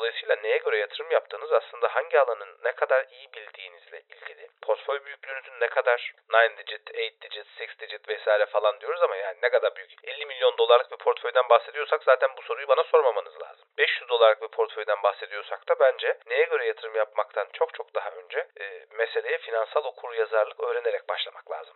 Dolayısıyla neye göre yatırım yaptığınız aslında hangi alanın ne kadar iyi bildiğinizle ilgili. Portföy büyüklüğünüzün ne kadar 9 digit, 8 digit, 6 digit vesaire falan diyoruz ama yani ne kadar büyük. 50 milyon dolarlık bir portföyden bahsediyorsak zaten bu soruyu bana sormamanız lazım. 500 dolarlık bir portföyden bahsediyorsak da bence neye göre yatırım yapmaktan çok daha önce meseleye finansal okuryazarlık öğrenerek başlamak lazım.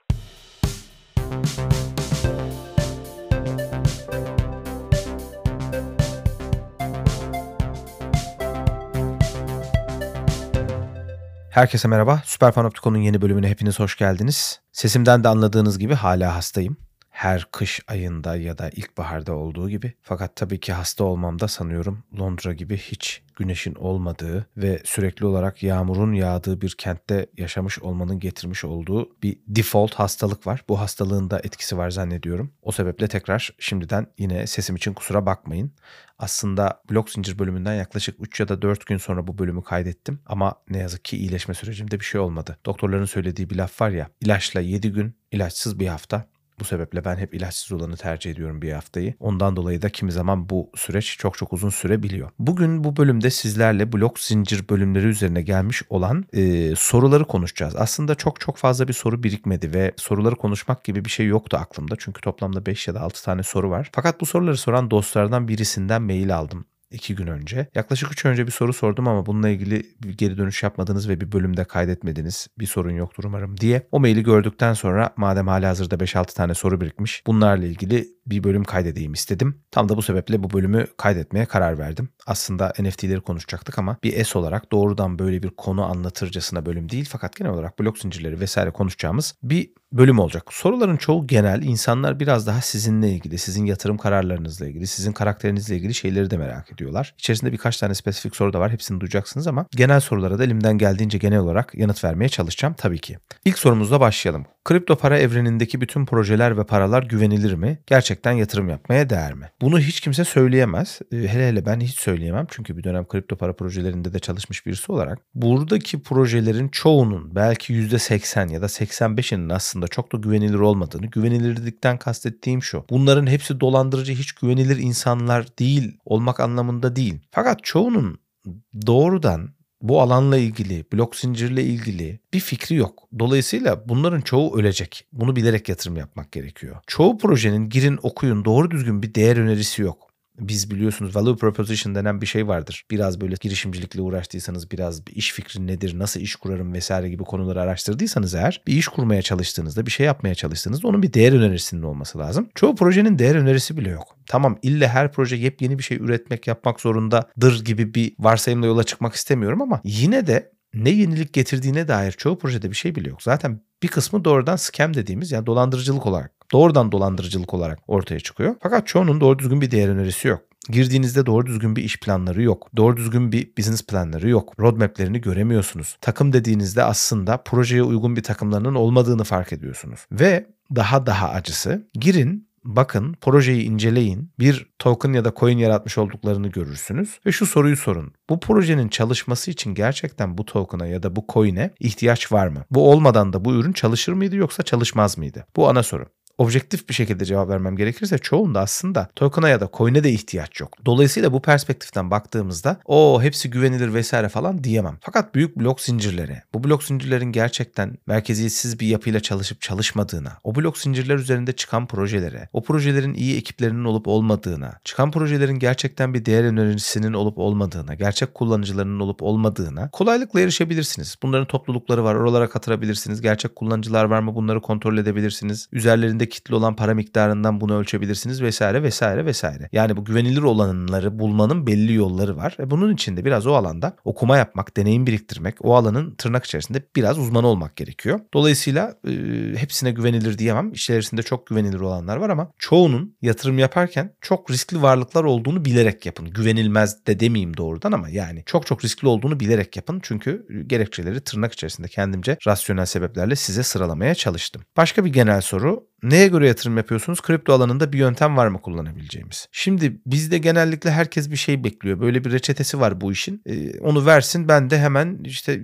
Herkese merhaba. Süper Panoptikon'un yeni bölümüne hepiniz hoş geldiniz. Sesimden de anladığınız gibi hala hastayım. Her kış ayında ya da ilkbaharda olduğu gibi. Fakat tabii ki hasta olmamda sanıyorum Londra gibi hiç güneşin olmadığı ve sürekli olarak yağmurun yağdığı bir kentte yaşamış olmanın getirmiş olduğu bir default hastalık var. Bu hastalığın da etkisi var zannediyorum. O sebeple tekrar şimdiden yine sesim için kusura bakmayın. Aslında blok zincir bölümünden yaklaşık 3 ya da 4 gün sonra bu bölümü kaydettim. Ama ne yazık ki iyileşme sürecimde bir şey olmadı. Doktorların söylediği bir laf var ya, ilaçla 7 gün, ilaçsız bir hafta. Bu sebeple ben hep ilaçsız olanı tercih ediyorum bir haftayı. Ondan dolayı da kimi zaman bu süreç çok uzun sürebiliyor. Bugün bu bölümde sizlerle blok zincir bölümleri üzerine gelmiş olan soruları konuşacağız. Aslında çok fazla bir soru birikmedi ve soruları konuşmak gibi bir şey yoktu aklımda. Çünkü toplamda 5 ya da 6 tane soru var. Fakat bu soruları soran dostlardan birisinden mail aldım. 2 gün önce. Yaklaşık 3 önce bir soru sordum ama bununla ilgili bir geri dönüş yapmadınız ve bir bölümde kaydetmediniz. Bir sorun yoktur umarım diye. O maili gördükten sonra madem halihazırda 5-6 tane soru birikmiş, bunlarla ilgili bir bölüm kaydedeyim istedim. Tam da bu sebeple bu bölümü kaydetmeye karar verdim. Aslında NFT'leri konuşacaktık ama bir S olarak doğrudan böyle bir konu anlatırcasına bölüm değil, fakat genel olarak blok zincirleri vesaire konuşacağımız bir bölüm olacak. Soruların çoğu genel. İnsanlar biraz daha sizinle ilgili, sizin yatırım kararlarınızla ilgili, sizin karakterinizle ilgili şeyleri de merak ediyorlar. İçerisinde birkaç tane spesifik soru da var. Hepsini duyacaksınız ama genel sorulara da elimden geldiğince genel olarak yanıt vermeye çalışacağım tabii ki. İlk sorumuzla başlayalım. Kripto para evrenindeki bütün projeler ve paralar güvenilir mi? Gerçekten yatırım yapmaya değer mi? Bunu hiç kimse söyleyemez. Hele ben hiç söyleyemem. Çünkü bir dönem kripto para projelerinde de çalışmış birisi olarak. Buradaki projelerin çoğunun belki %80 ya da 85'inin aslında çok da güvenilir olmadığını, güvenilirlikten kastettiğim şu: bunların hepsi dolandırıcı, hiç güvenilir insanlar değil olmak anlamında değil. Fakat çoğunun doğrudan bu alanla ilgili, blok zincirle ilgili bir fikri yok. Dolayısıyla bunların çoğu ölecek. Bunu bilerek yatırım yapmak gerekiyor. Çoğu projenin girin okuyun doğru düzgün bir değer önerisi yok. Biz biliyorsunuz value proposition denen bir şey vardır. Biraz böyle girişimcilikle uğraştıysanız, biraz bir iş fikri nedir, nasıl iş kurarım vesaire gibi konuları araştırdıysanız eğer, bir iş kurmaya çalıştığınızda, bir şey yapmaya çalıştığınızda onun bir değer önerisinin olması lazım. Çoğu projenin değer önerisi bile yok. Tamam, ille her proje yepyeni bir şey üretmek, yapmak zorundadır gibi bir varsayımla yola çıkmak istemiyorum ama yine de ne yenilik getirdiğine dair çoğu projede bir şey bile yok. Zaten bir kısmı doğrudan scam dediğimiz, yani dolandırıcılık olarak, doğrudan dolandırıcılık olarak ortaya çıkıyor. Fakat çoğunun doğru düzgün bir değer önerisi yok. Girdiğinizde doğru düzgün bir iş planları yok. Doğru düzgün bir business planları yok. Roadmap'lerini göremiyorsunuz. Takım dediğinizde aslında projeye uygun bir takımlarının olmadığını fark ediyorsunuz. Ve daha acısı, girin, bakın, projeyi inceleyin, bir token ya da coin yaratmış olduklarını görürsünüz ve şu soruyu sorun: bu projenin çalışması için gerçekten bu token'a ya da bu coin'e ihtiyaç var mı? Bu olmadan da bu ürün çalışır mıydı yoksa çalışmaz mıydı? Bu ana soru. Objektif bir şekilde cevap vermem gerekirse çoğunda aslında token'a ya da coin'e de ihtiyaç yok. Dolayısıyla bu perspektiften baktığımızda hepsi güvenilir vesaire falan diyemem. Fakat büyük blok zincirleri, bu blok zincirlerin gerçekten merkeziyetsiz bir yapıyla çalışıp çalışmadığına, o blok zincirler üzerinde çıkan projelere, o projelerin iyi ekiplerinin olup olmadığına, çıkan projelerin gerçekten bir değer önerisinin olup olmadığına, gerçek kullanıcılarının olup olmadığına kolaylıkla erişebilirsiniz. Bunların toplulukları var, oralara katılabilirsiniz. Gerçek kullanıcılar var mı, bunları kontrol edebilirsiniz. Üzerlerinde kitli olan para miktarından bunu ölçebilirsiniz vesaire. Yani bu güvenilir olanları bulmanın belli yolları var. Bunun için de biraz o alanda okuma yapmak, deneyim biriktirmek, o alanın tırnak içerisinde biraz uzmanı olmak gerekiyor. Dolayısıyla hepsine güvenilir diyemem. İçerisinde çok güvenilir olanlar var ama çoğunun yatırım yaparken çok riskli varlıklar olduğunu bilerek yapın. Güvenilmez de demeyeyim doğrudan ama yani çok riskli olduğunu bilerek yapın. Çünkü gerekçeleri tırnak içerisinde kendimce rasyonel sebeplerle size sıralamaya çalıştım. Başka bir genel soru: neye göre yatırım yapıyorsunuz? Kripto alanında bir yöntem var mı kullanabileceğimiz? Şimdi bizde genellikle herkes bir şey bekliyor. Böyle bir reçetesi var bu işin. Onu versin, ben de hemen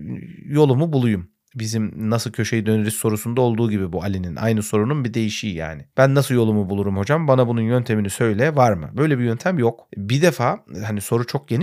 yolumu bulayım. Bizim nasıl köşeyi döneriz sorusunda olduğu gibi bu Ali'nin. Aynı sorunun bir değişiği yani. Ben nasıl yolumu bulurum hocam? Bana bunun yöntemini söyle, var mı? Böyle bir yöntem yok. Bir defa soru çok geniş de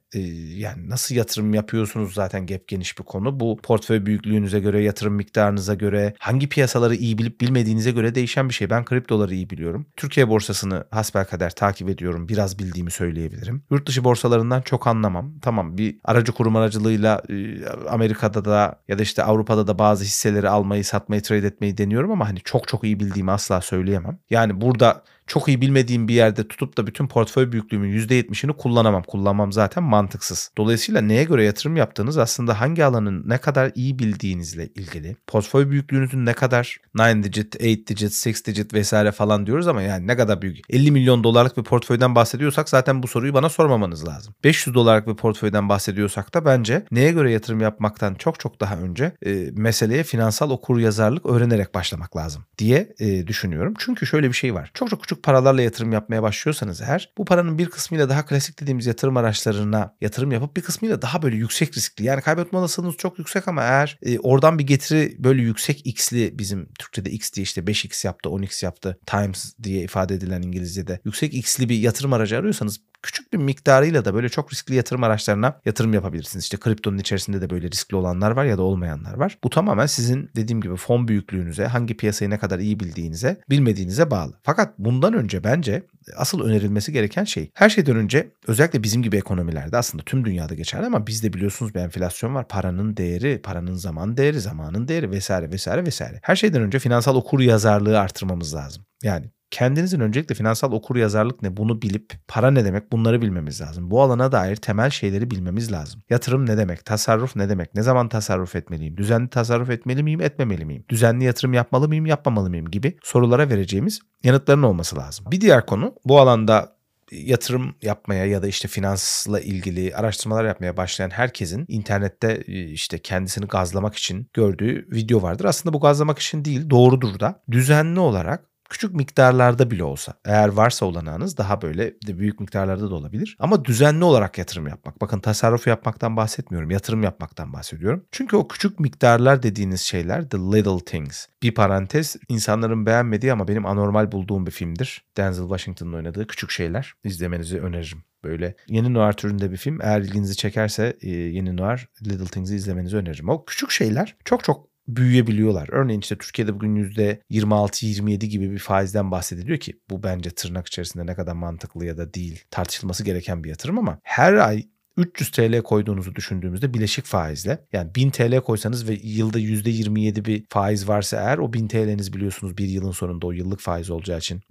yani nasıl yatırım yapıyorsunuz zaten gap geniş bir konu. Bu portföy büyüklüğünüze göre, yatırım miktarınıza göre, hangi piyasaları iyi bilip bilmediğinize göre değişen bir şey. Ben kriptoları iyi biliyorum. Türkiye borsasını hasbelkader takip ediyorum. Biraz bildiğimi söyleyebilirim. Yurt dışı borsalarından çok anlamam. Tamam, bir aracı kurum aracılığıyla Amerika'da da ya da işte Avrupa'da da bazı hisseleri almayı, satmayı, trade etmeyi deniyorum ama hani çok iyi bildiğimi asla söyleyemem. Yani burada çok iyi bilmediğim bir yerde tutup da bütün portföy büyüklüğümün %70'ini kullanamam. Kullanmam zaten mantıksız. Dolayısıyla neye göre yatırım yaptığınız aslında hangi alanın ne kadar iyi bildiğinizle ilgili. Portföy büyüklüğünüzün ne kadar 9 digit, 8 digit, 6 digit vesaire falan diyoruz ama yani ne kadar büyük. 50 milyon dolarlık bir portföyden bahsediyorsak zaten bu soruyu bana sormamanız lazım. 500 dolarlık bir portföyden bahsediyorsak da bence neye göre yatırım yapmaktan çok daha önce meseleye finansal okuryazarlık öğrenerek başlamak lazım diye düşünüyorum. Çünkü şöyle bir şey var. Çok küçük paralarla yatırım yapmaya başlıyorsanız eğer bu paranın bir kısmıyla daha klasik dediğimiz yatırım araçlarına yatırım yapıp bir kısmıyla daha böyle yüksek riskli, yani kaybetme olasılığınız çok yüksek ama eğer oradan bir getiri böyle yüksek x'li, bizim Türkçe'de x diye işte 5x yaptı, 10x yaptı, times diye ifade edilen İngilizce'de yüksek x'li bir yatırım aracı arıyorsanız küçük bir miktarıyla da böyle çok riskli yatırım araçlarına yatırım yapabilirsiniz. İşte kriptonun içerisinde de böyle riskli olanlar var ya da olmayanlar var. Bu tamamen sizin dediğim gibi fon büyüklüğünüze, hangi piyasayı ne kadar iyi bildiğinize, bilmediğinize bağlı. Fakat bundan önce bence asıl önerilmesi gereken şey, her şeyden önce özellikle bizim gibi ekonomilerde, aslında tüm dünyada geçerli ama bizde biliyorsunuz bir enflasyon var. Paranın değeri, paranın zaman değeri, zamanın değeri vesaire. Her şeyden önce finansal okuryazarlığı artırmamız lazım. Yani kendinizin öncelikle finansal okuryazarlık ne, bunu bilip para ne demek, bunları bilmemiz lazım. Bu alana dair temel şeyleri bilmemiz lazım. Yatırım ne demek, tasarruf ne demek, ne zaman tasarruf etmeliyim, düzenli tasarruf etmeli miyim, etmemeli miyim, düzenli yatırım yapmalı mıyım, yapmamalı mıyım gibi sorulara vereceğimiz yanıtların olması lazım. Bir diğer konu, bu alanda yatırım yapmaya ya da işte finansla ilgili araştırmalar yapmaya başlayan herkesin internette işte kendisini gazlamak için gördüğü video vardır. Aslında bu gazlamak için değil, doğrudur da. Düzenli olarak küçük miktarlarda bile olsa, eğer varsa olanağınız, daha böyle de büyük miktarlarda da olabilir. Ama düzenli olarak yatırım yapmak. Bakın, tasarruf yapmaktan bahsetmiyorum, yatırım yapmaktan bahsediyorum. Çünkü o küçük miktarlar dediğiniz şeyler, the little things. Bir parantez, insanların beğenmediği ama benim anormal bulduğum bir filmdir. Denzel Washington'ın oynadığı Küçük Şeyler. İzlemenizi öneririm. Böyle yeni noir türünde bir film. Eğer ilginizi çekerse yeni noir, Little Things'i izlemenizi öneririm. O küçük şeyler çok büyüyebiliyorlar. Örneğin işte Türkiye'de bugün %26-27 gibi bir faizden bahsediliyor ki bu bence tırnak içerisinde ne kadar mantıklı ya da değil tartışılması gereken bir yatırım ama her ay 300 TL koyduğunuzu düşündüğümüzde bileşik faizle, yani 1000 TL koysanız ve yılda %27 bir faiz varsa eğer, o 1000 TL'niz biliyorsunuz bir yılın sonunda o yıllık faiz olacağı için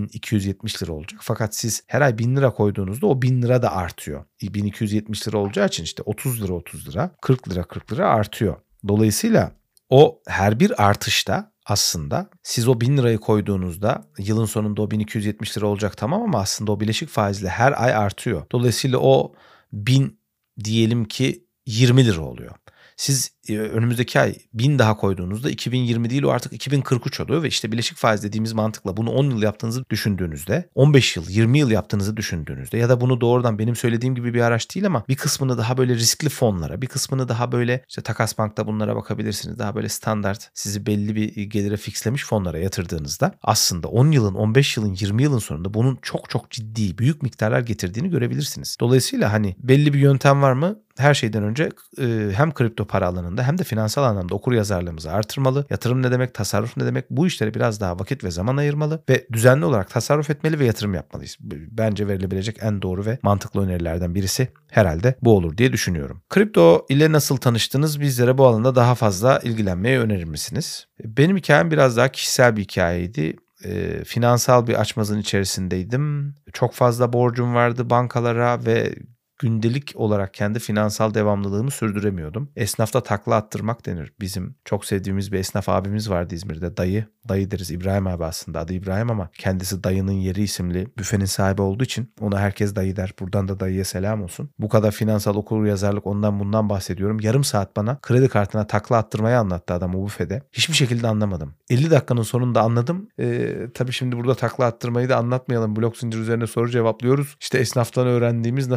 1270 lira olacak. Fakat siz her ay 1000 lira koyduğunuzda o 1000 lira da artıyor. 1270 lira olacağı için işte 30 lira, 40 lira artıyor. Dolayısıyla o her bir artışta aslında siz o 1000 lirayı koyduğunuzda yılın sonunda o 1270 lira olacak, tamam, ama aslında o bileşik faizle her ay artıyor. Dolayısıyla o 1000 diyelim ki 20 lira oluyor. Siz önümüzdeki ay 1000 daha koyduğunuzda 2020 değil, o artık 2043 oluyor ve işte bileşik faiz dediğimiz mantıkla bunu 10 yıl yaptığınızı düşündüğünüzde, 15 yıl, 20 yıl yaptığınızı düşündüğünüzde ya da bunu doğrudan benim söylediğim gibi bir araç değil ama bir kısmını daha böyle riskli fonlara, bir kısmını daha böyle işte Takas Bank'ta bunlara bakabilirsiniz. Daha böyle standart, sizi belli bir gelire fixlemiş fonlara yatırdığınızda aslında 10 yılın, 15 yılın, 20 yılın sonunda bunun çok ciddi, büyük miktarlar getirdiğini görebilirsiniz. Dolayısıyla hani belli bir yöntem var mı? Her şeyden önce hem kripto para alanında hem de finansal anlamda okuryazarlığımızı artırmalı. Yatırım ne demek, tasarruf ne demek, bu işlere biraz daha vakit ve zaman ayırmalı ve düzenli olarak tasarruf etmeli ve yatırım yapmalıyız. Bence verilebilecek en doğru ve mantıklı önerilerden birisi herhalde bu olur diye düşünüyorum. Kripto ile nasıl tanıştınız? Bizlere bu alanda daha fazla ilgilenmeyi önerir misiniz? Benim hikayem biraz daha kişisel bir hikayeydi. Finansal bir açmazın içerisindeydim. Çok fazla borcum vardı bankalara ve gündelik olarak kendi finansal devamlılığımı sürdüremiyordum. Esnafta takla attırmak denir. Bizim çok sevdiğimiz bir esnaf abimiz vardı İzmir'de. Dayı deriz. İbrahim abi aslında. Adı İbrahim ama kendisi Dayının Yeri isimli büfenin sahibi olduğu için ona herkes dayı der. Buradan da dayıya selam olsun. Bu kadar finansal okuryazarlık, ondan bundan bahsediyorum. Yarım saat bana kredi kartına takla attırmayı anlattı adam o büfede. Hiçbir şekilde anlamadım. 50 dakikanın sonunda anladım. Tabii şimdi burada takla attırmayı da anlatmayalım. Blok zincir üzerine soru cevaplıyoruz. İşte esnaftan öğrendiğimiz nasıl takla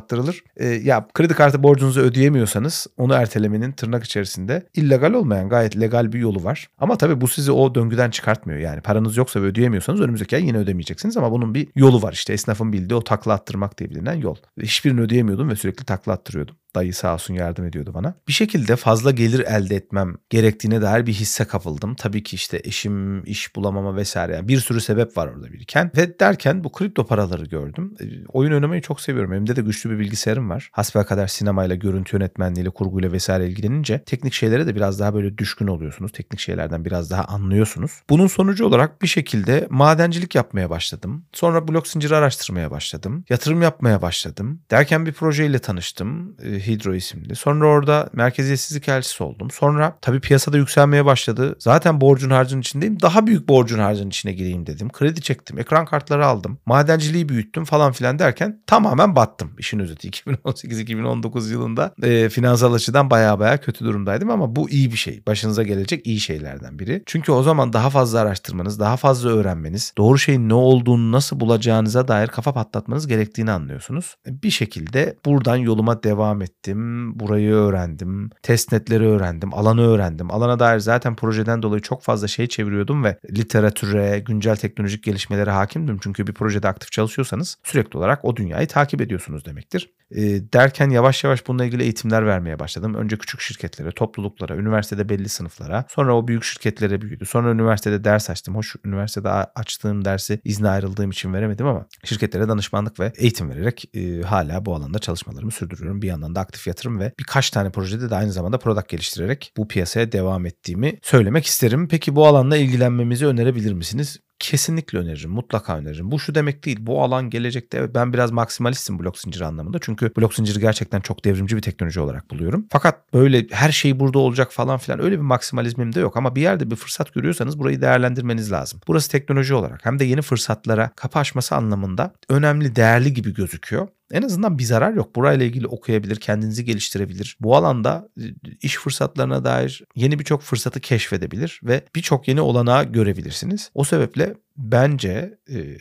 attırılır. Ya kredi kartı borcunuzu ödeyemiyorsanız onu ertelemenin tırnak içerisinde illegal olmayan gayet legal bir yolu var. Ama tabii bu sizi o döngüden çıkartmıyor. Yani paranız yoksa ve ödeyemiyorsanız önümüzdeki ay yine ödemeyeceksiniz ama bunun bir yolu var. İşte esnafın bildiği o takla attırmak diye bilinen yol. Hiçbirini ödeyemiyordum ve sürekli takla attırıyordum. Dayı sağ olsun yardım ediyordu bana. Bir şekilde fazla gelir elde etmem gerektiğine dair bir hisse kapıldım. Tabii ki işte eşim, iş bulamama vesaire. Yani bir sürü sebep var orada biriken. Ve derken bu kripto paraları gördüm. Oyun oynamayı çok seviyorum. Elimde de güçlü bir bilgisayarım var. Hasbelkader sinemayla, görüntü yönetmenliğiyle, kurguyla vesaire ilgilenince teknik şeylere de biraz daha böyle düşkün oluyorsunuz. Teknik şeylerden biraz daha anlıyorsunuz. Bunun sonucu olarak bir şekilde madencilik yapmaya başladım. Sonra blok zinciri araştırmaya başladım. Yatırım yapmaya başladım. Derken bir projeyle tanıştım. Hydro isimli. Sonra orada merkeziyetsizlik elçisi oldum. Sonra tabii piyasada yükselmeye başladı. Zaten borcun harcın içindeyim. Daha büyük borcun harcın içine gireyim dedim. Kredi çektim. Ekran kartları aldım. Madenciliği büyüttüm falan filan derken tamamen battım. İşin özeti 2018-2019 yılında finansal açıdan baya kötü durumdaydım ama bu iyi bir şey. Başınıza gelecek iyi şeylerden biri. Çünkü o zaman daha fazla araştırmanız, daha fazla öğrenmeniz, doğru şeyin ne olduğunu nasıl bulacağınıza dair kafa patlatmanız gerektiğini anlıyorsunuz. Bir şekilde buradan yoluma devam ettim. Burayı öğrendim. Testnetleri öğrendim. Alanı öğrendim. Alana dair zaten projeden dolayı çok fazla şey çeviriyordum ve literatüre, güncel teknolojik gelişmelere hakimdim. Çünkü bir projede aktif çalışıyorsanız sürekli olarak o dünyayı takip ediyorsunuz demektir. Derken yavaş yavaş bununla ilgili eğitimler vermeye başladım. Önce küçük şirketlere, topluluklara, üniversitede belli sınıflara. Sonra o büyük şirketlere büyüdü. Sonra üniversitede ders açtım. Hoş üniversitede açtığım dersi izne ayrıldığım için veremedim ama şirketlere danışmanlık ve eğitim vererek hala bu alanda çalışmalarımı sürdürüyorum. Bir yandan da aktif yatırım ve birkaç tane projede de aynı zamanda product geliştirerek bu piyasaya devam ettiğimi söylemek isterim. Peki bu alanla ilgilenmemizi önerebilir misiniz? Kesinlikle öneririm. Mutlaka öneririm. Bu şu demek değil. Bu alan gelecekte evet ben biraz maksimalistim blok zinciri anlamında. Çünkü blok zinciri gerçekten çok devrimci bir teknoloji olarak buluyorum. Fakat böyle her şey burada olacak falan filan öyle bir maksimalizmim de yok. Ama bir yerde bir fırsat görüyorsanız burayı değerlendirmeniz lazım. Burası teknoloji olarak hem de yeni fırsatlara kapı açması anlamında önemli, değerli gibi gözüküyor. En azından bir zarar yok. Burayla ilgili okuyabilir, kendinizi geliştirebilir. Bu alanda iş fırsatlarına dair yeni birçok fırsatı keşfedebilir ve birçok yeni olanağı görebilirsiniz. O sebeple bence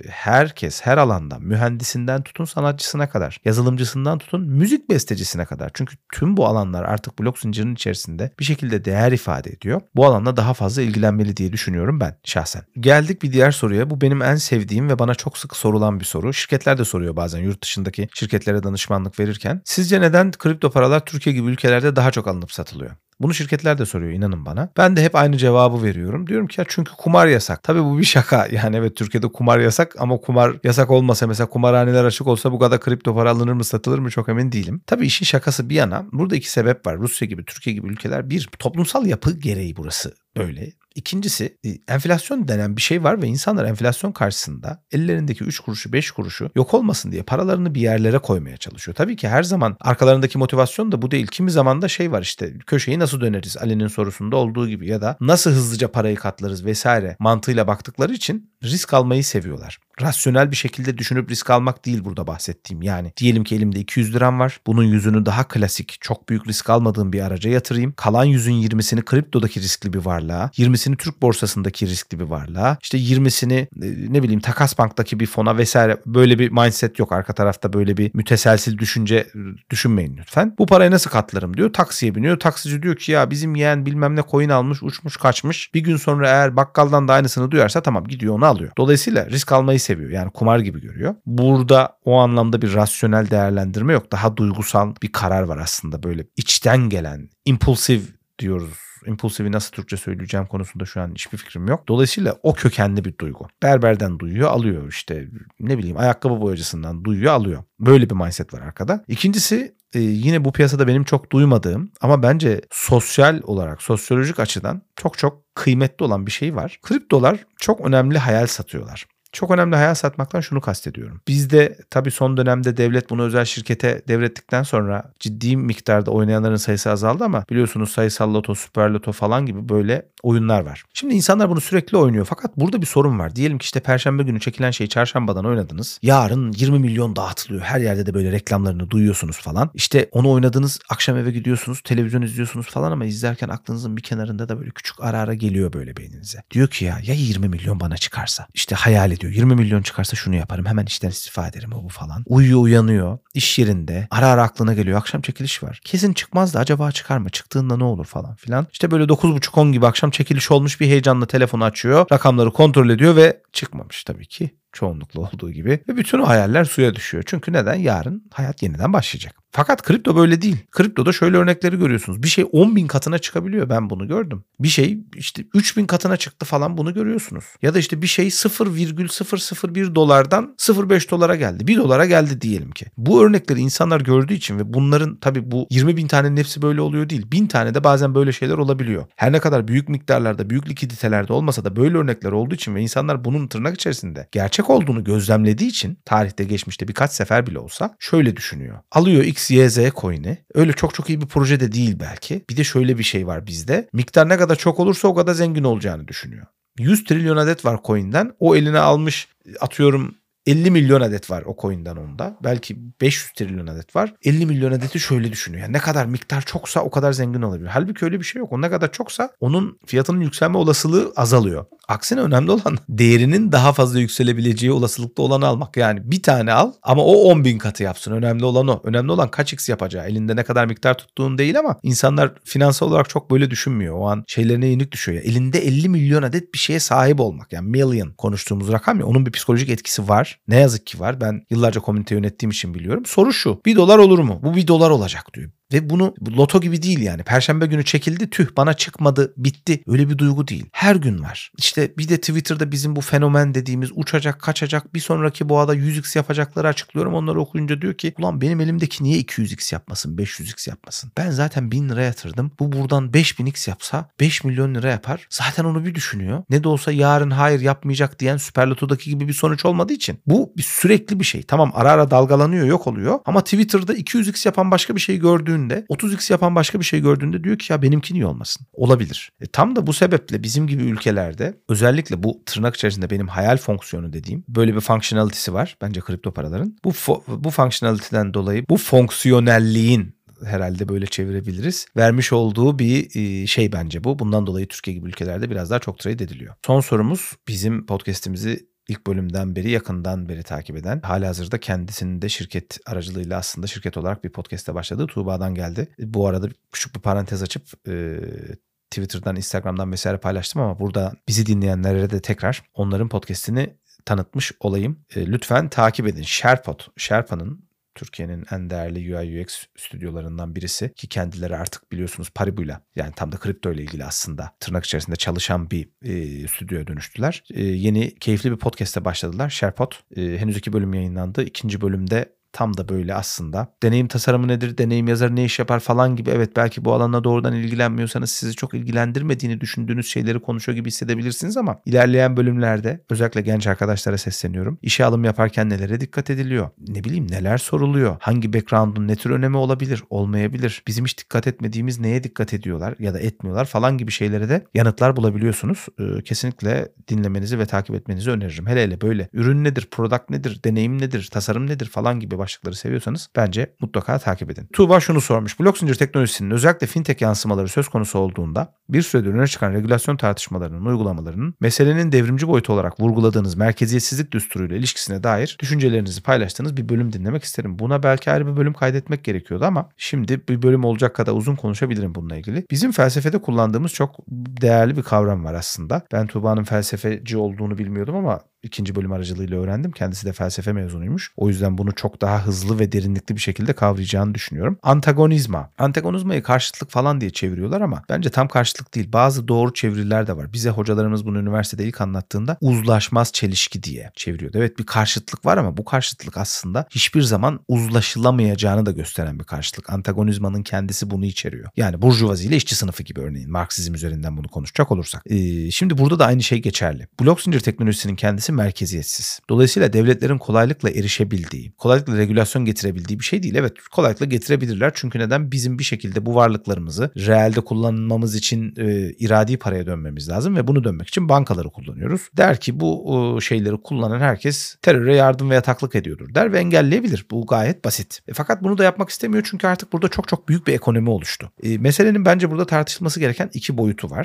herkes her alanda mühendisinden tutun sanatçısına kadar, yazılımcısından tutun müzik bestecisine kadar. Çünkü tüm bu alanlar artık blok zincirinin içerisinde bir şekilde değer ifade ediyor. Bu alanda daha fazla ilgilenmeli diye düşünüyorum ben şahsen. Geldik bir diğer soruya. Bu benim en sevdiğim ve bana çok sık sorulan bir soru. Şirketler de soruyor bazen yurt dışındaki şirketlere danışmanlık verirken. Sizce neden kripto paralar Türkiye gibi ülkelerde daha çok alınıp satılıyor? Bunu şirketler de soruyor inanın bana. Ben de hep aynı cevabı veriyorum. Diyorum ki ya çünkü kumar yasak. Tabii bu bir şaka. Yani evet Türkiye'de kumar yasak ama kumar yasak olmasa mesela kumarhaneler açık olsa bu kadar kripto para alınır mı satılır mı çok emin değilim. Tabii işin şakası bir yana burada iki sebep var. Rusya gibi Türkiye gibi ülkeler bir toplumsal yapı gereği burası böyle. İkincisi enflasyon denen bir şey var ve insanlar enflasyon karşısında ellerindeki 3 kuruşu 5 kuruşu yok olmasın diye paralarını bir yerlere koymaya çalışıyor. Tabii ki her zaman arkalarındaki motivasyon da bu değil. Kimi zaman da şey var işte köşeyi nasıl döneriz Ali'nin sorusunda olduğu gibi ya da nasıl hızlıca parayı katlarız vesaire mantığıyla baktıkları için risk almayı seviyorlar. Rasyonel bir şekilde düşünüp risk almak değil burada bahsettiğim. Yani diyelim ki elimde 200 liram var. Bunun 100'ünü daha klasik, çok büyük risk almadığım bir araca yatırayım. Kalan 100'ün 20'sini kriptodaki riskli bir varlığa, 20'sini Türk borsasındaki riskli bir varlığa, işte 20'sini ne bileyim Takas Bank'taki bir fona vesaire böyle bir mindset yok. Arka tarafta böyle bir müteselsil düşünce düşünmeyin lütfen. Bu parayı nasıl katlarım diyor. Taksiye biniyor. Taksici diyor ki ya bizim yeğen bilmem ne coin almış, uçmuş kaçmış. Bir gün sonra eğer bakkaldan da aynısını duyarsa tamam gidiyor onu alıyor. Dolayısıyla risk almayı seviyor. Yani kumar gibi görüyor. Burada o anlamda bir rasyonel değerlendirme yok. Daha duygusal bir karar var aslında böyle içten gelen, impulsif diyoruz. İmpulsifi nasıl Türkçe söyleyeceğim konusunda şu an hiçbir fikrim yok. Dolayısıyla o kökenli bir duygu. Berberden duyuyor, alıyor işte ne bileyim ayakkabı boyacısından duyuyor, alıyor. Böyle bir mindset var arkada. İkincisi yine bu piyasada benim çok duymadığım ama bence sosyal olarak, sosyolojik açıdan çok kıymetli olan bir şey var. Kriptolar çok önemli hayal satıyorlar. Çok önemli hayal satmaktan şunu kastediyorum. Bizde tabii son dönemde devlet bunu özel şirkete devrettikten sonra ciddi miktarda oynayanların sayısı azaldı ama biliyorsunuz sayısal loto, süper loto falan gibi böyle oyunlar var. Şimdi insanlar bunu sürekli oynuyor fakat burada bir sorun var. Diyelim ki işte perşembe günü çekilen şeyi çarşambadan oynadınız. Yarın 20 milyon dağıtılıyor. Her yerde de böyle reklamlarını duyuyorsunuz falan. İşte onu oynadınız, akşam eve gidiyorsunuz, televizyon izliyorsunuz falan ama izlerken aklınızın bir kenarında da böyle küçük ara ara geliyor böyle beyninize. Diyor ki ya 20 milyon bana çıkarsa. İşte hayal ediyorsunuz. ediyor. 20 milyon çıkarsa şunu yaparım. Hemen işten istifa ederim bu falan. Uyuyor uyanıyor. İş yerinde. Ara ara aklına geliyor. Akşam çekiliş var. Kesin çıkmaz da acaba çıkar mı? Çıktığında ne olur falan filan. İşte böyle 9.30-10 gibi akşam çekiliş olmuş, bir heyecanla telefonu açıyor. Rakamları kontrol ediyor ve çıkmamış tabii ki. Çoğunlukla olduğu gibi. Ve bütün o hayaller suya düşüyor. Çünkü neden? Yarın hayat yeniden başlayacak. Fakat kripto böyle değil. Kriptoda şöyle örnekleri görüyorsunuz. Bir şey 10.000 katına çıkabiliyor. Ben bunu gördüm. Bir şey işte 3.000 katına çıktı falan, bunu görüyorsunuz. Ya da işte bir şey 0,001 dolardan 0,5 dolara geldi. 1 dolara geldi diyelim ki. Bu örnekleri insanlar gördüğü için ve bunların tabii bu 20.000 tanenin hepsi böyle oluyor değil. 1000 tane de bazen böyle şeyler olabiliyor. Her ne kadar büyük miktarlarda, büyük likiditelerde olmasa da böyle örnekler olduğu için ve insanlar bunun tırnak içerisinde gerçek olduğunu gözlemlediği için tarihte, geçmişte birkaç sefer bile olsa şöyle düşünüyor. Alıyor XYZ coin'i. Öyle çok iyi bir proje de değil belki. Bir de şöyle bir şey var bizde. Miktar ne kadar çok olursa o kadar zengin olacağını düşünüyor. 100 trilyon adet var coin'den. O eline almış, atıyorum 50 milyon adet var o coin'den onda. Belki 500 trilyon adet var. 50 milyon adeti şöyle düşünüyor. Yani ne kadar miktar çoksa o kadar zengin olabilir. Halbuki öyle bir şey yok. O ne kadar çoksa onun fiyatının yükselme olasılığı azalıyor. Aksine önemli olan değerinin daha fazla yükselebileceği olasılıkta olanı almak. Yani bir tane al ama o 10.000 katı yapsın. Önemli olan o. Önemli olan kaç x yapacağı. Elinde ne kadar miktar tuttuğun değil ama insanlar finansal olarak çok böyle düşünmüyor. O an şeylerine yenik düşüyor. Ya. Elinde 50 milyon adet bir şeye sahip olmak. Yani million konuştuğumuz rakam ya, onun bir psikolojik etkisi var. Ne yazık ki var. Ben yıllarca komünite yönettiğim için biliyorum. Soru şu: 1 dolar olur mu? Bu 1 dolar olacak diyor. Ve bunu loto gibi değil yani. Perşembe günü çekildi, tüh bana çıkmadı, bitti. Öyle bir duygu değil. Her gün var. İşte bir de Twitter'da bizim bu fenomen dediğimiz uçacak, kaçacak, bir sonraki boğada 100x yapacakları açıklıyorum. Onları okuyunca diyor ki ulan benim elimdeki niye 200x yapmasın, 500x yapmasın? Ben zaten 1000 lira yatırdım. Bu buradan 5000x yapsa 5 milyon lira yapar. Zaten onu bir düşünüyor. Ne de olsa yarın hayır yapmayacak diyen Süper Loto'daki gibi bir sonuç olmadığı için. Bu bir sürekli bir şey. Tamam, ara ara dalgalanıyor, yok oluyor. Ama Twitter'da 200x yapan başka bir şey gördüğünde, 30x yapan başka bir şey gördüğünde diyor ki ya benimki niye olmasın? Olabilir. Tam da bu sebeple bizim gibi ülkelerde özellikle bu tırnak içerisinde benim hayal fonksiyonu dediğim böyle bir functionality'si var bence kripto paraların. Bu functionality'den dolayı, bu fonksiyonelliğin herhalde böyle çevirebiliriz, vermiş olduğu bir şey bence bu. Bundan dolayı Türkiye gibi ülkelerde biraz daha çok trade ediliyor. Son sorumuz, bizim podcast'imizi İlk bölümden beri, yakından beri takip eden, halihazırda kendisinin de şirket aracılığıyla aslında şirket olarak bir podcast'e başladığı Tuğba'dan geldi. Bu arada küçük bir parantez açıp Twitter'dan, Instagram'dan vesaire paylaştım ama burada bizi dinleyenlere de tekrar onların podcast'ini tanıtmış olayım. Lütfen takip edin. Sherpa'nın Türkiye'nin en değerli UI UX stüdyolarından birisi ki kendileri artık biliyorsunuz Paribu'yla, yani tam da kripto ile ilgili aslında tırnak içerisinde çalışan bir stüdyoya dönüştüler. Yeni keyifli bir podcast'e başladılar. SharePod. Henüz 2 bölüm yayınlandı. 2. bölümde tam da böyle aslında deneyim tasarımı nedir, deneyim yazarı ne iş yapar falan gibi, evet belki bu alanla doğrudan ilgilenmiyorsanız, sizi çok ilgilendirmediğini düşündüğünüz şeyleri konuşuyor gibi hissedebilirsiniz ama ilerleyen bölümlerde özellikle genç arkadaşlara sesleniyorum. İşe alım yaparken nelere dikkat ediliyor? Ne bileyim neler soruluyor? Hangi background'un ne tür önemi olabilir, olmayabilir? Bizim hiç dikkat etmediğimiz neye dikkat ediyorlar ya da etmiyorlar falan gibi şeylere de yanıtlar bulabiliyorsunuz. Kesinlikle dinlemenizi ve takip etmenizi öneririm. Hele böyle ürün nedir, product nedir, deneyim nedir, tasarım nedir falan gibi başlıkları seviyorsanız bence mutlaka takip edin. Tuğba şunu sormuş: blok zincir teknolojisinin özellikle fintech yansımaları söz konusu olduğunda bir süredir öne çıkan regülasyon tartışmalarının, uygulamalarının meselenin devrimci boyutu olarak vurguladığınız merkeziyetsizlik düsturuyla ilişkisine dair düşüncelerinizi paylaştığınız bir bölüm dinlemek isterim. Buna belki ayrı bir bölüm kaydetmek gerekiyordu ama şimdi bir bölüm olacak kadar uzun konuşabilirim bununla ilgili. Bizim felsefede kullandığımız çok değerli bir kavram var aslında. Ben Tuğba'nın felsefeci olduğunu bilmiyordum ama 2. bölüm aracılığıyla öğrendim. Kendisi de felsefe mezunuymuş. O yüzden bunu çok daha hızlı ve derinlikli bir şekilde kavrayacağını düşünüyorum. Antagonizma. Antagonizmayı karşıtlık falan diye çeviriyorlar ama bence tam karşıtlık değil. Bazı doğru çeviriler de var. Bize hocalarımız bunu üniversitede ilk anlattığında uzlaşmaz çelişki diye çeviriyordu. Evet, bir karşıtlık var ama bu karşıtlık aslında hiçbir zaman uzlaşılamayacağını da gösteren bir karşıtlık. Antagonizmanın kendisi bunu içeriyor. Yani burjuvazi ile işçi sınıfı gibi, örneğin Marksizm üzerinden bunu konuşacak olursak. Şimdi burada da aynı şey geçerli. Blok zincir teknolojisinin kendisi merkeziyetsiz. Dolayısıyla devletlerin kolaylıkla erişebildiği, kolaylıkla regülasyon getirebildiği bir şey değil. Evet, kolaylıkla getirebilirler. Çünkü neden? Bizim bir şekilde bu varlıklarımızı reelde kullanmamız için iradi paraya dönmemiz lazım ve bunu dönmek için bankaları kullanıyoruz. Der ki bu şeyleri kullanan herkes teröre yardım ve yataklık ediyordur der ve engelleyebilir. Bu gayet basit. Fakat bunu da yapmak istemiyor çünkü artık burada çok büyük bir ekonomi oluştu. Meselenin bence burada tartışılması gereken 2 boyutu var.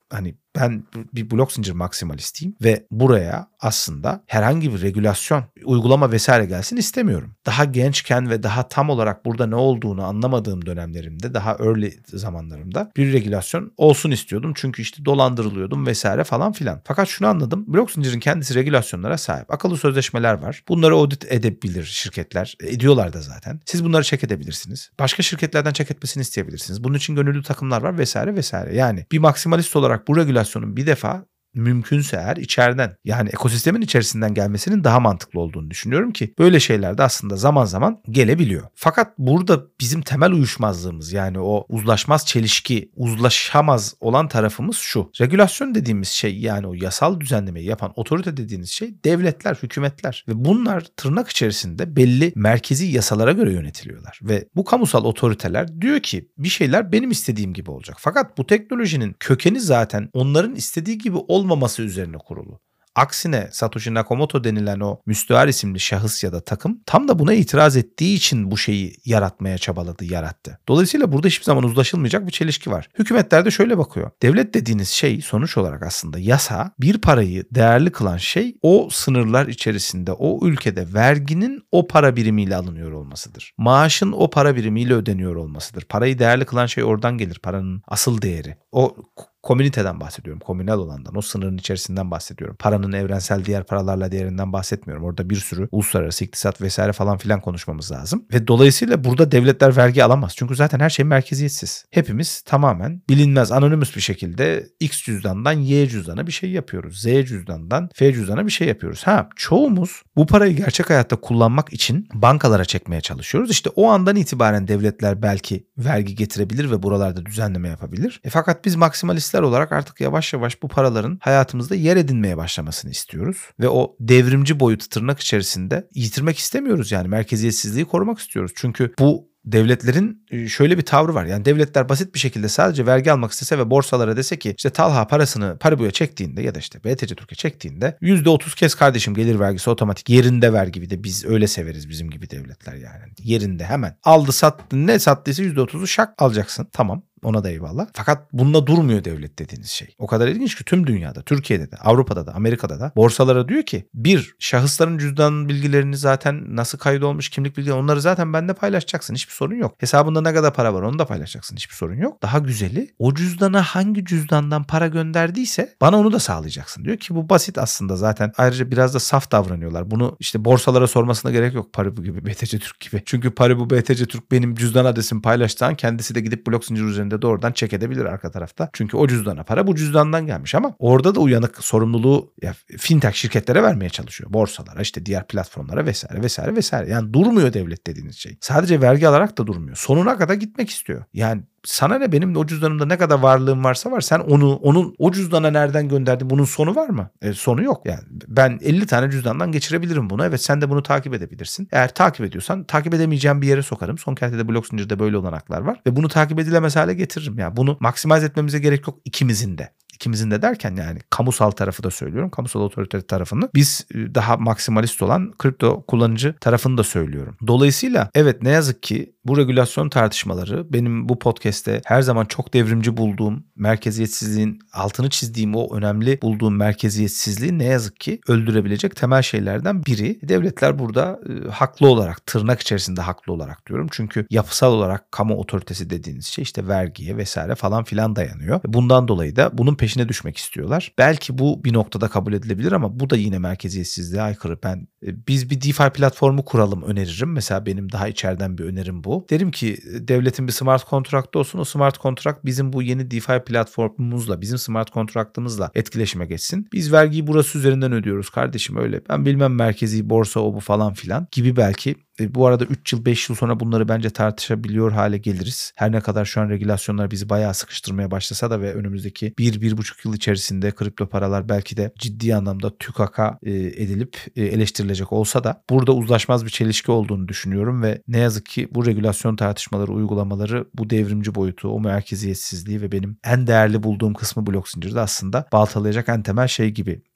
hani ben bir blok zincir maksimalistiyim ve buraya aslında herhangi bir regülasyon, uygulama vesaire gelsin istemiyorum. Daha gençken ve daha tam olarak burada ne olduğunu anlamadığım dönemlerimde, daha early zamanlarımda bir regülasyon olsun istiyordum. Çünkü işte dolandırılıyordum vesaire falan filan. Fakat şunu anladım. Blok zincirin kendisi regülasyonlara sahip. Akıllı sözleşmeler var. Bunları audit edebilir şirketler. Ediyorlar da zaten. Siz bunları check edebilirsiniz. Başka şirketlerden check etmesini isteyebilirsiniz. Bunun için gönüllü takımlar var vesaire vesaire. Yani bir maksimalist olarak bu regülasyonun bir defa mümkünse eğer içeriden, yani ekosistemin içerisinden gelmesinin daha mantıklı olduğunu düşünüyorum ki böyle şeyler de aslında zaman zaman gelebiliyor. Fakat burada bizim temel uyuşmazlığımız, yani o uzlaşmaz çelişki, uzlaşamaz olan tarafımız şu. Regülasyon dediğimiz şey, yani o yasal düzenlemeyi yapan otorite dediğiniz şey devletler, hükümetler ve bunlar tırnak içerisinde belli merkezi yasalara göre yönetiliyorlar ve bu kamusal otoriteler diyor ki bir şeyler benim istediğim gibi olacak. Fakat bu teknolojinin kökeni zaten onların istediği gibi olmaması üzerine kurulu. Aksine Satoshi Nakamoto denilen o müstehar isimli şahıs ya da takım tam da buna itiraz ettiği için bu şeyi yaratmaya çabaladı, yarattı. Dolayısıyla burada hiçbir zaman uzlaşılmayacak bir çelişki var. Hükümetler de şöyle bakıyor. Devlet dediğiniz şey sonuç olarak aslında yasa, bir parayı değerli kılan şey o sınırlar içerisinde, o ülkede verginin o para birimiyle alınıyor olmasıdır. Maaşın o para birimiyle ödeniyor olmasıdır. Parayı değerli kılan şey oradan gelir, paranın asıl değeri. O komüniteden bahsediyorum. Komünal olandan. O sınırın içerisinden bahsediyorum. Paranın evrensel diğer paralarla değerinden bahsetmiyorum. Orada bir sürü uluslararası iktisat vesaire falan filan konuşmamız lazım. Ve dolayısıyla burada devletler vergi alamaz. Çünkü zaten her şey merkeziyetsiz. Hepimiz tamamen bilinmez, anonimous bir şekilde X cüzdandan Y cüzdana bir şey yapıyoruz. Z cüzdandan F cüzdana bir şey yapıyoruz. Çoğumuz bu parayı gerçek hayatta kullanmak için bankalara çekmeye çalışıyoruz. İşte o andan itibaren devletler belki vergi getirebilir ve buralarda düzenleme yapabilir. Fakat biz maksimalist olarak artık yavaş yavaş bu paraların hayatımızda yer edinmeye başlamasını istiyoruz. Ve o devrimci boyutu tırnak içerisinde yitirmek istemiyoruz, yani merkeziyetsizliği korumak istiyoruz. Çünkü bu devletlerin şöyle bir tavrı var. Yani devletler basit bir şekilde sadece vergi almak istese ve borsalara dese ki işte Talha parasını Paribu'ya çektiğinde ya da işte BTC Türkiye çektiğinde %30 kes kardeşim gelir vergisi otomatik, yerinde vergi, bir de biz öyle severiz bizim gibi devletler yani. Yerinde hemen aldı sattı, ne sattıysa %30'u şak alacaksın, tamam. Ona da eyvallah. Fakat bununla durmuyor devlet dediğiniz şey. O kadar ilginç ki tüm dünyada, Türkiye'de de, Avrupa'da da, Amerika'da da borsalara diyor ki şahısların cüzdan bilgilerini zaten nasıl kaydolmuş, kimlik bilgileri, onları zaten bende paylaşacaksın. Hiçbir sorun yok. Hesabında ne kadar para var onu da paylaşacaksın. Hiçbir sorun yok. Daha güzeli, o cüzdana hangi cüzdandan para gönderdiyse bana onu da sağlayacaksın diyor ki bu basit aslında zaten. Ayrıca biraz da saf davranıyorlar. Bunu işte borsalara sormasına gerek yok, Paribu gibi, BTC Türk gibi. Çünkü Paribu, BTC Türk benim cüzdan adresimi paylaştığı an kendisi de gidip blok zincir üzerinde de oradan çek edebilir arka tarafta. Çünkü o cüzdana para bu cüzdandan gelmiş ama orada da uyanık sorumluluğu fintech şirketlere vermeye çalışıyor. Borsalara, işte diğer platformlara vesaire vesaire vesaire. Yani durmuyor devlet dediğiniz şey. Sadece vergi alarak da durmuyor. Sonuna kadar gitmek istiyor. Yani sana ne, benim o cüzdanımda ne kadar varlığım varsa var. Sen onun o cüzdana nereden gönderdin? Bunun sonu var mı? Sonu yok. Yani ben 50 tane cüzdandan geçirebilirim bunu. Evet, sen de bunu takip edebilirsin. Eğer takip ediyorsan takip edemeyeceğim bir yere sokarım. Son kertede blok zincirde böyle olanaklar var. Ve bunu takip edilemez hale getiririm. Yani bunu maksimize etmemize gerek yok ikimizin de. İkimizin de derken yani kamusal tarafı da söylüyorum. Kamusal otorite tarafını. Biz daha maksimalist olan kripto kullanıcı tarafını da söylüyorum. Dolayısıyla evet, ne yazık ki bu regülasyon tartışmaları benim bu podcast'te her zaman çok devrimci bulduğum, merkeziyetsizliğin altını çizdiğim o önemli bulduğum merkeziyetsizliği ne yazık ki öldürebilecek temel şeylerden biri. Devletler burada haklı olarak, tırnak içerisinde haklı olarak diyorum. Çünkü yapısal olarak kamu otoritesi dediğiniz şey işte vergiye vesaire falan filan dayanıyor. Bundan dolayı da bunun peşine düşmek istiyorlar. Belki bu bir noktada kabul edilebilir ama bu da yine merkeziyetsizliğe aykırı. Biz bir DeFi platformu kuralım öneririm. Mesela benim daha içeriden bir önerim bu. Derim ki devletin bir smart kontraktı olsun. O smart kontrakt bizim bu yeni DeFi platformumuzla, bizim smart kontraktımızla etkileşime geçsin. Biz vergiyi burası üzerinden ödüyoruz kardeşim, öyle. Ben bilmem merkezi borsa o bu falan filan gibi belki. Bu arada 3 yıl 5 yıl sonra bunları bence tartışabiliyor hale geliriz. Her ne kadar şu an regülasyonlar bizi bayağı sıkıştırmaya başlasa da ve önümüzdeki 1-1,5 yıl içerisinde kripto paralar belki de ciddi anlamda tükaka edilip eleştirilecek olsa da burada uzlaşmaz bir çelişki olduğunu düşünüyorum ve ne yazık ki bu regülasyon tartışmaları, uygulamaları bu devrimci boyutu, o merkeziyetsizliği ve benim en değerli bulduğum kısmı blok zincirde aslında baltalayacak en temel şey gibi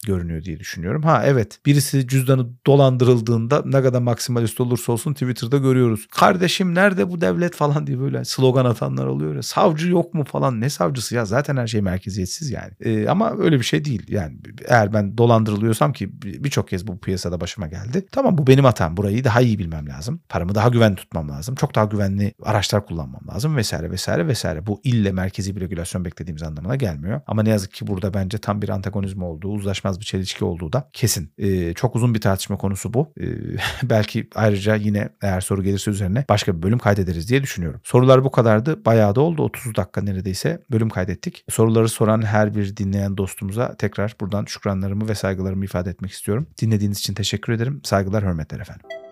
görünüyor diye düşünüyorum. Ha evet, birisi cüzdanı dolandırıldığında ne kadar maksimalist olursa olsun Twitter'da görüyoruz. Kardeşim nerede bu devlet falan diye böyle slogan atanlar oluyor ya. Savcı yok mu falan, ne savcısı ya, zaten her şey merkeziyetsiz yani. Ama öyle bir şey değil yani. Eğer ben dolandırılıyorsam, ki birçok kez bu piyasada başıma geldi. Tamam, bu benim hatam, burayı daha iyi bilmem lazım. Paramı daha güvenli tutmam lazım. Çok daha güvenli araçlar kullanmam lazım vesaire vesaire vesaire. Bu ille merkezi bir regülasyon beklediğimiz anlamına gelmiyor. Ama ne yazık ki burada bence tam bir antagonizm olduğu, uzlaşmaz bir çelişki olduğu da kesin. Çok uzun bir tartışma konusu bu. Belki ayrıca yine eğer soru gelirse üzerine başka bir bölüm kaydederiz diye düşünüyorum. Sorular bu kadardı. Bayağı da oldu. 30 dakika neredeyse bölüm kaydettik. Soruları soran her bir dinleyen dostumuza tekrar buradan şükranlarımı ve saygılarımı ifade etmek istiyorum. Dinlediğiniz için teşekkür ederim. Saygılar, hürmetler efendim.